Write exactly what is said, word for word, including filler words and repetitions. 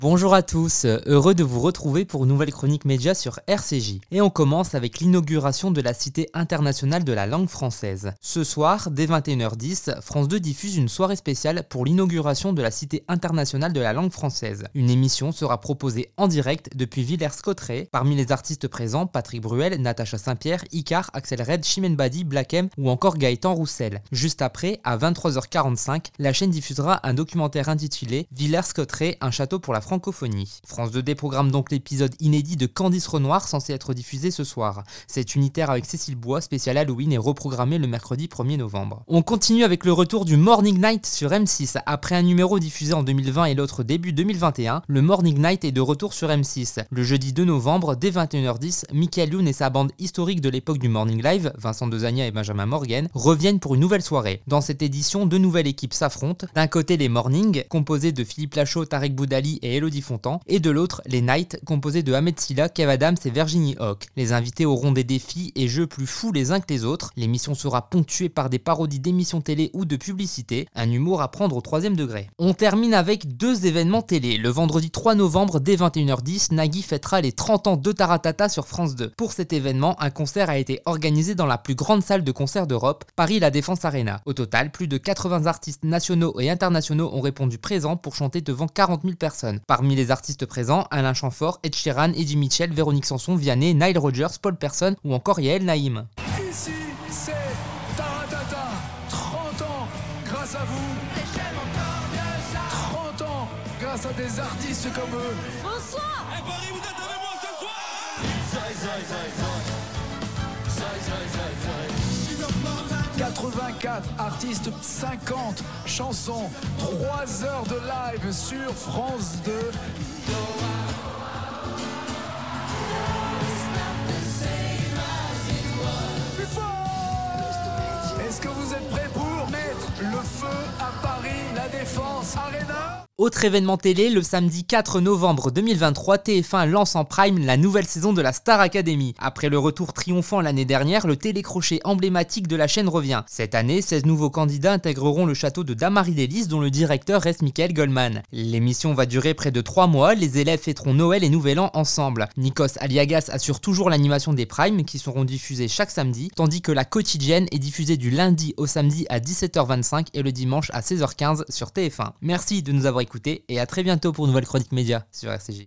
Bonjour à tous, heureux de vous retrouver pour une nouvelle chronique média sur R C J. Et on commence avec l'inauguration de la Cité internationale de la langue française. Ce soir, dès vingt et une heures dix, France deux diffuse une soirée spéciale pour l'inauguration de la Cité internationale de la langue française. Une émission sera proposée en direct depuis Villers-Cotterêts. Parmi les artistes présents, Patrick Bruel, Natacha Saint-Pierre, Icar, Axel Red, Chimène Badi, Black M ou encore Gaëtan Roussel. Juste après, à vingt-trois heures quarante-cinq, la chaîne diffusera un documentaire intitulé Villers-Cotterêts, un château pour la francophonie. France deux déprogramme donc l'épisode inédit de Candice Renoir censé être diffusé ce soir. Cet unitaire avec Cécile Bois, spécial Halloween, est reprogrammé le mercredi premier novembre. On continue avec le retour du Morning Night sur M six. Après un numéro diffusé en deux mille vingt et l'autre début deux mille vingt et un, le Morning Night est de retour sur M six. Le jeudi deux novembre, dès vingt et une heures dix, Michael Youn et sa bande historique de l'époque du Morning Live, Vincent Dezania et Benjamin Morgan, reviennent pour une nouvelle soirée. Dans cette édition, deux nouvelles équipes s'affrontent. D'un côté, les Morning, composés de Philippe Lachaud, Tarek Boudali et Elodie Fontan, et de l'autre, les Night, composés de Ahmed Silla, Kev Adams et Virginie Hawk. Les invités auront des défis et jeux plus fous les uns que les autres. L'émission sera ponctuée par des parodies d'émissions télé ou de publicités, un humour à prendre au troisième degré. On termine avec deux événements télé. Le vendredi trois novembre, dès vingt et une heures dix, Nagui fêtera les trente ans de Taratata sur France deux. Pour cet événement, un concert a été organisé dans la plus grande salle de concert d'Europe, Paris La Défense Arena. Au total, plus de quatre-vingts artistes nationaux et internationaux ont répondu présents pour chanter devant quarante mille personnes. Parmi les artistes présents, Alain Chamfort, Ed Sheeran, Eddie Mitchell, Véronique Sanson, Vianney, Nile Rodgers, Paul Persson ou encore Yael Naïm. Ici, c'est Taratata, trente ans grâce à vous. trente ans grâce à des artistes comme eux. Bonsoir. Et Paris, vous êtes avec moi ce soir. Zai, zai, zai, zai. Zai, zai, zai, zai. quatre-vingt-quatre artistes, cinquante chansons, trois heures de live sur France deux. Plus fort! Est-ce que vous êtes prêts pour mettre le feu à Paris, La Défense Arena? Autre événement télé, le samedi quatre novembre deux mille vingt-trois, T F un lance en prime la nouvelle saison de la Star Academy. Après le retour triomphant l'année dernière, le télécrochet emblématique de la chaîne revient. Cette année, seize nouveaux candidats intégreront le château de Damary-les-Lys dont le directeur reste Michael Goldman. L'émission va durer près de trois mois, les élèves fêteront Noël et Nouvel An ensemble. Nikos Aliagas assure toujours l'animation des primes qui seront diffusés chaque samedi, tandis que la quotidienne est diffusée du lundi au samedi à dix-sept heures vingt-cinq et le dimanche à seize heures quinze sur T F un. Merci de nous avoir écoutés et à très bientôt pour une nouvelle chronique média sur R C J.